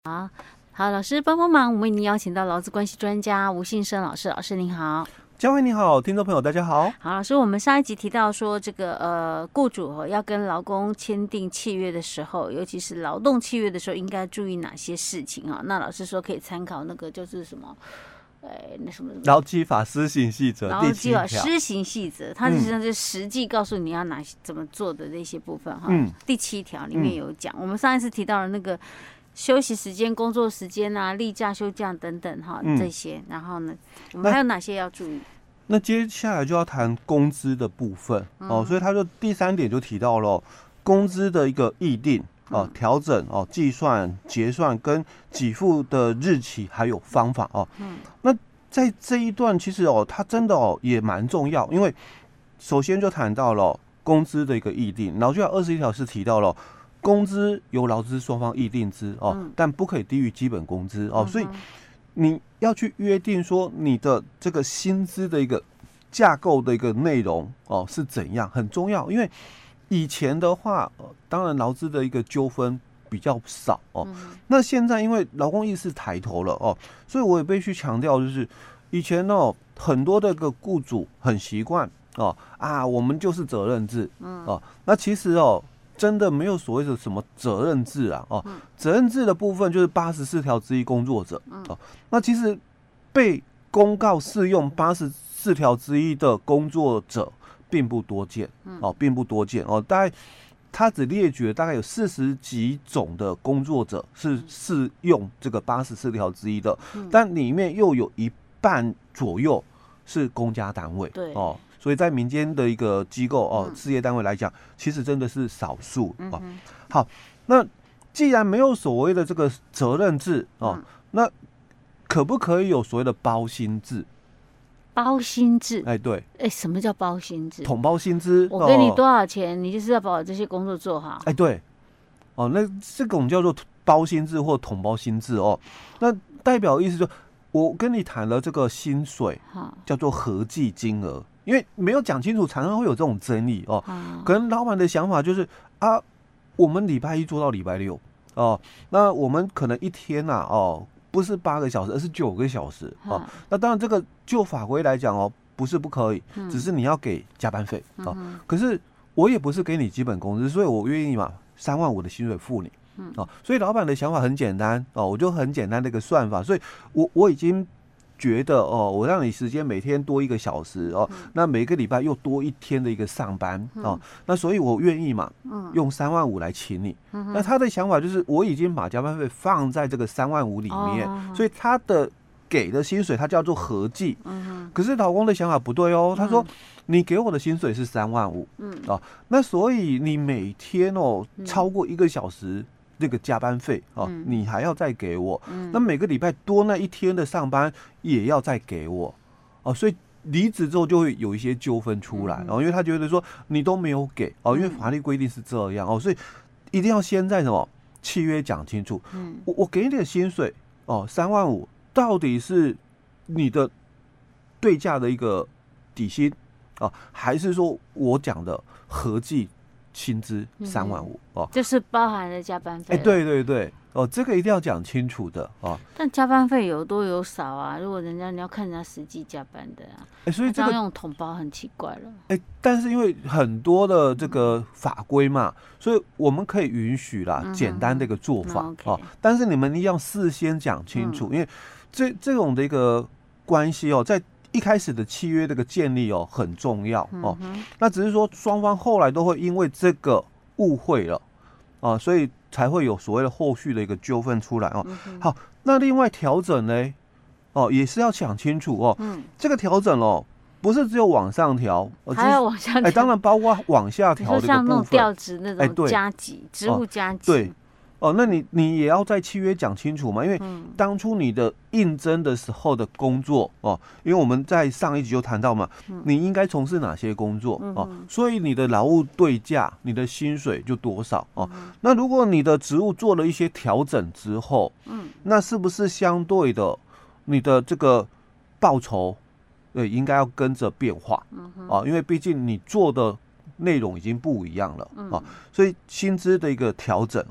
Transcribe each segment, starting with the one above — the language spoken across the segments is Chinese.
好，好，老师帮忙，我们已经邀请到劳资关系专家吴信生老师，老师您好。 嘉惠你好，听众朋友大家好。 好，老师，我们上一集提到说，这个雇主要跟劳工签订契约的时候，尤其是劳动契约的时候，应该注意哪些事情啊？那老师说可以参考那个就是什么，那什么劳基法施行细则劳基法第7条施行细则，它实际上是实际告诉你要怎么做的那些部分哈。第7条里面有讲，我们上一次提到了那个休息时间、工作时间啊、例假、休假等等哈，这些。然后呢，我们还有哪些要注意？ 那接下来就要谈工资的部分哦，所以他就第3点就提到了工资的一个议定哦、调整哦、计算、结算跟给付的日期还有方法哦。那在这一段其实哦，它真的哦也蛮重要，因为首先就谈到了工资的一个议定，劳基法21条是提到了工资由劳资双方议定之哦，但不可以低于基本工资哦，所以你要去约定说你的这个薪资的一个架构的一个内容哦是怎样，很重要。因为以前的话，当然劳资的一个纠纷比较少哦。那现在因为劳工意识抬头了哦，所以我也必须强调，就是以前哦很多的个雇主很习惯哦我们就是责任制哦，那其实哦。真的没有所谓的什么责任制啊，责任制的部分就是84条之一工作者，那其实被公告适用84条之一的工作者并不多见，并不多见哦，大概他只列举大概有40几种的工作者是适用这个84条之一的，但里面又有一半左右是公家单位， 对哦。所以在民间的一个机构哦，事业单位来讲，其实真的是少数哦。好，那既然没有所谓的这个责任制哦，那可不可以有所谓的包薪制？ 包薪制？ 对， 什么叫包薪制？ 统包薪资， 我给你多少钱，你就是要把我这些工作做好。 对，哦，那这种叫做包薪制或统包薪制哦，那代表意思就我跟你谈了这个薪水，叫做合计金额。因为没有讲清楚，常常会有这种争议哦。可能老板的想法就是我们礼拜1做到礼拜6哦，那我们可能一天不是8个小时，而是9个小时哦。那当然，这个就法规来讲哦，不是不可以，只是你要给加班费哦。可是我也不是给你基本工资，所以我愿意嘛，3万5的薪水付你所以老板的想法很简单哦，我就很简单的一个算法，所以我已经。觉得我让你时间每天多1个小时哦，那每个礼拜又多1天的一个上班哦，那所以我愿意嘛，用3万5来请你。那他的想法就是我已经把加班费放在这个3万5里面，所以他的给的薪水他叫做合计。可是劳工的想法不对哦，他说你给我的薪水是3万5，那所以你每天超过1个小时。这个加班费你还要再给我，那每个礼拜多那1天的上班也要再给我所以离职之后就会有一些纠纷出来因为他觉得说你都没有给因为法律规定是这样所以一定要先在什么契约讲清楚，我给你的薪水3万5到底是你的对价的一个底薪还是说我讲的合计薪资3万5 就是包含了加班费。 对对对这个一定要讲清楚的但加班费有多有少啊？如果你要看人家实际加班的所以这个用统包很奇怪了。 但是因为很多的这个法规嘛，所以我们可以允许啦简单的一个做法但是你们一定要事先讲清楚，因为这种的一个关系在一开始的契约这个建立很重要那只是说双方后来都会因为这个误会了所以才会有所谓的后续的一个纠纷出来好，那另外调整呢也是要讲清楚这个调整不是只有往上调， 还要往下调， 当然包括往下调的一个部分， 像那种调职那种加级，职务加级， 对。那你也要在契约讲清楚嘛，因为当初你的应征的时候的工作因为我们在上一集就谈到嘛，你应该从事哪些工作所以你的劳务对价，你的薪水就多少那如果你的职务做了一些调整之后，那是不是相对的你的这个报酬应该要跟着变化因为毕竟你做的内容已经不一样了所以薪资的一个调整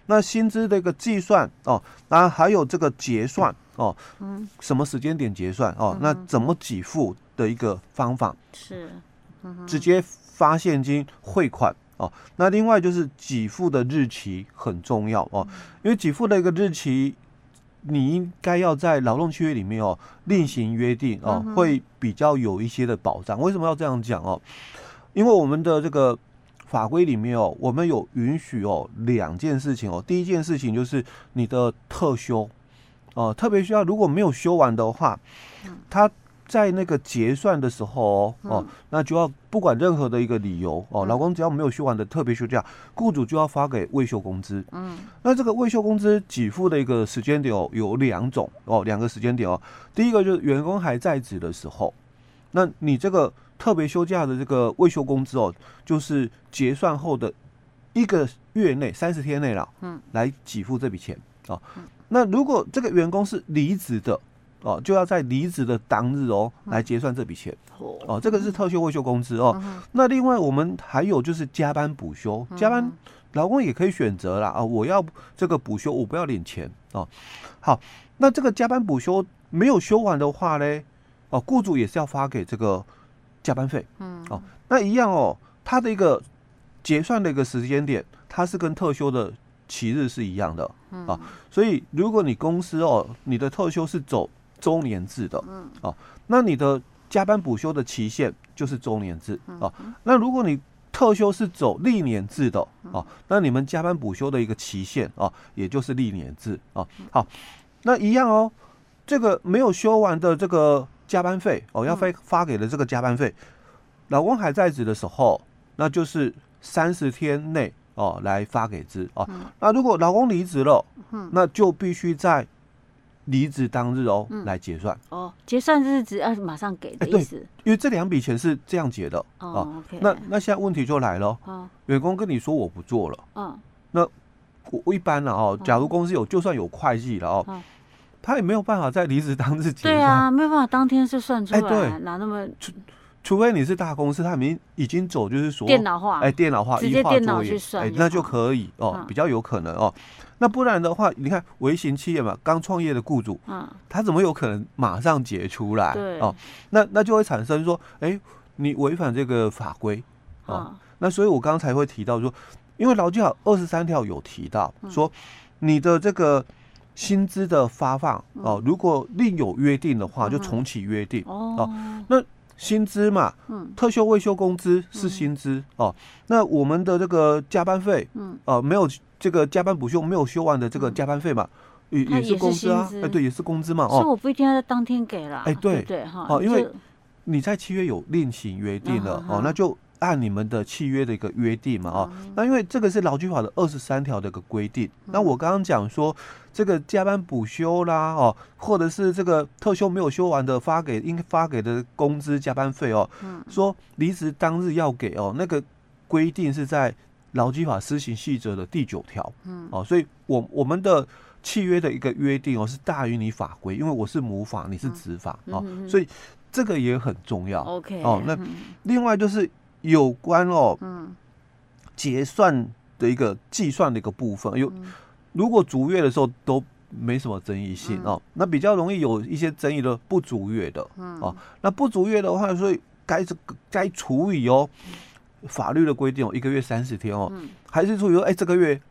那薪资的一个计算哦，那还有这个结算哦，什么时间点结算哦，那怎么给付的一个方法是， 直接发现金汇款哦。那另外就是给付的日期很重要哦，因为给付的一个日期，你应该要在劳动契约里面哦另行约定哦，会比较有一些的保障。为什么要这样讲哦？因为我们的这个法规里面哦，我们有允许哦2件事情哦。第一件事情就是你的特休哦，特别需要如果没有休完的话，他在那个结算的时候哦，那就要不管任何的一个理由哦，劳工只要没有休完的特别休假，雇主就要发给未休工资。那这个未休工资给付的一个时间点哦，有2种哦，2个时间点哦。第一个就是员工还在职的时候，那你这个特别休假的这个未休工资哦，就是结算后的1个月内30天内了，来给付这笔钱哦。那如果这个员工是离职的哦，就要在离职的当日哦来结算这笔钱哦。这个是特休未休工资哦。那另外我们还有就是加班补休，加班劳工也可以选择啦啊，我要这个补休，我不要领钱哦。好，那这个加班补休没有休完的话呢，哦，雇主也是要发给这个加班费，哦，那一样哦，它的一个结算的一个时间点，它是跟特休的期日是一样的啊，所以如果你公司哦，你的特休是走周年制的，哦，那你的加班补休的期限就是周年制哦。那如果你特休是走历年制的哦，那你们加班补休的一个期限哦，也就是历年制哦。好，那一样哦，这个没有休完的这个加班费哦，要发给的这个加班费，劳工还在职的时候，那就是30天内哦来发给之哦。那如果劳工离职了，那就必须在离职当日哦来结算哦。结算日子要马上给的意思， 因为这2笔钱是这样结的哦。那现在问题就来了，员工跟你说我不做了，那我一般哦，假如公司有就算有会计了哦。他也没有办法在离职当日结算， 对啊，没有办法当天是算出来， 对， 哪那么除非你是大公司，他已经走就是说电脑化， 电脑化， 直接电脑去算， 那就可以哦，比较有可能哦。那不然的话，你看微型企业嘛，刚创业的雇主，他怎么有可能马上结出来？哦，那就会产生说，你违反这个法规哦。那所以我刚才会提到说，因为劳基法23条有提到说，你的这个薪资的发放哦，如果另有约定的话，就重启约定哦。那薪资嘛，特休未休工资是薪资哦。那我们的这个加班费，没有这个加班补休没有休完的这个加班费嘛，也是工资啊，对，也是工资嘛哦。 所以我不一定要在当天给啦， 对哈， 因为你在契约有另行约定了哦，那就按你们的契约的一个约定嘛哦。那因为这个是劳基法的23条的一个规定，那我刚刚讲说这个加班补休啦哦，或者是这个特休没有休完的应发给的工资加班费哦，说离职当日要给哦，那个规定是在劳基法施行细则的第9条，哦，所以我们的契约的一个约定哦是大于你法规，因为我是母法，你是子法哦，所以这个也很重要。 OK， 哦，那另外就是有关哦，结算的一个计算的一个部分，如果逐月的时候都没什么争议性哦，那比较容易有一些争议的不逐月的哦，那不逐月的话，所以该处理哦。法律的规定哦，1个月30天哦，还是处理说，这个月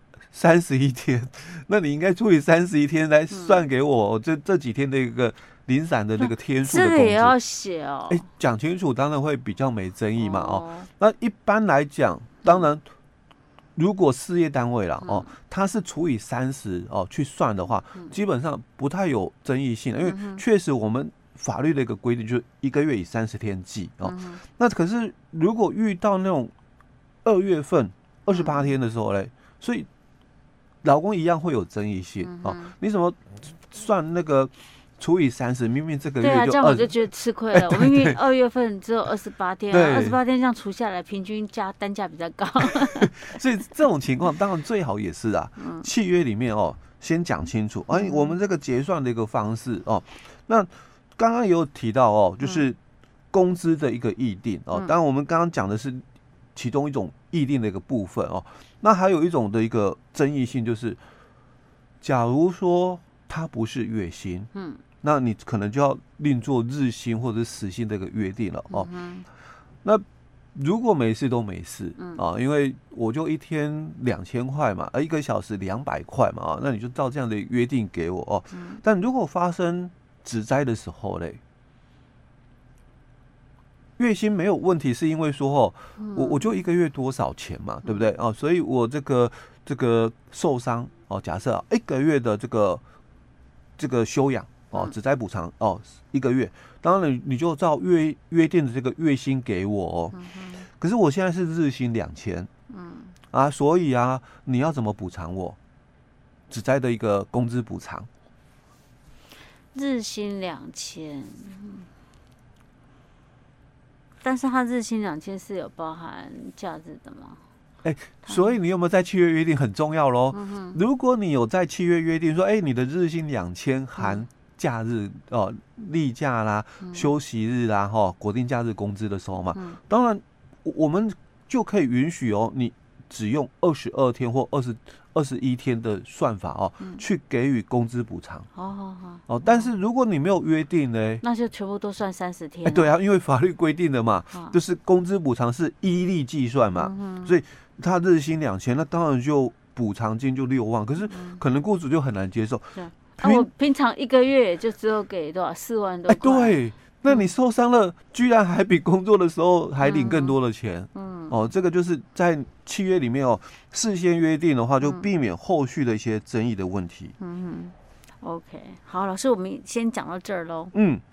31天，那你应该处理31天来算给我这几天的一个零散的那个天数的工资， 这个也要写哦。 讲清楚，当然会比较没争议嘛哦。那一般来讲，当然如果事业单位啦哦，它是除以30哦去算的话，基本上不太有争议性，因为确实我们法律的一个规定就是1个月以30天计哦。那可是如果遇到那种2月份28天的时候嘞，所以劳工一样会有争议性哦。你怎么算那个除以30？明明这个月就对啊，这样我就觉得吃亏了。我明明2月份只有28天，28天这样除下来，平均单价比较高。 所以这种情况当然最好也是契约里面哦先讲清楚，我们这个结算的一个方式哦。那刚刚也有提到哦，就是工资的一个议定哦。当然我们刚刚讲的是其中一种议定的一个部分哦。那还有一种的一个争议性就是，假如说它不是月薪，那你可能就要另做日薪或者是时薪的一个约定了哦。那如果没事都没事啊，因为我就一天2000块嘛，1个小时200块嘛啊，那你就照这样的约定给我哦。但如果发生职灾的时候嘞，月薪没有问题，是因为说哦，我就1个月多少钱嘛，对不对啊？所以我这个受伤哦，假设1个月的这个休养哦，职灾补偿哦，1个月，当然你就照约定的这个月薪给我哦。可是我现在是日薪2000，所以啊，你要怎么补偿我职灾的一个工资补偿？ 日薪2000，但是他日薪2000是有包含假日的吗？ 所以你有没有在契约约定很重要咯。如果你有在契约约定说，你的日薪2000含假日哦，例假啦、休息日啦、国定假日工资的时候嘛，当然我们就可以允许哦，你只用22天或21天的算法哦，去给予工资补偿。但是如果你没有约定呢， 那就全部都算30天。 对啊，因为法律规定的嘛，就是工资补偿是依例计算嘛，所以他日薪2000，那当然就补偿金就6万，可是可能雇主就很难接受。 我平常1个月就只有给多少4万多块。 对，那你受伤了，居然还比工作的时候还领更多的钱。这个就是在契约里面哦，事先约定的话，就避免后续的一些争议的问题。 OK， 好，老师，我们先讲到这儿喽。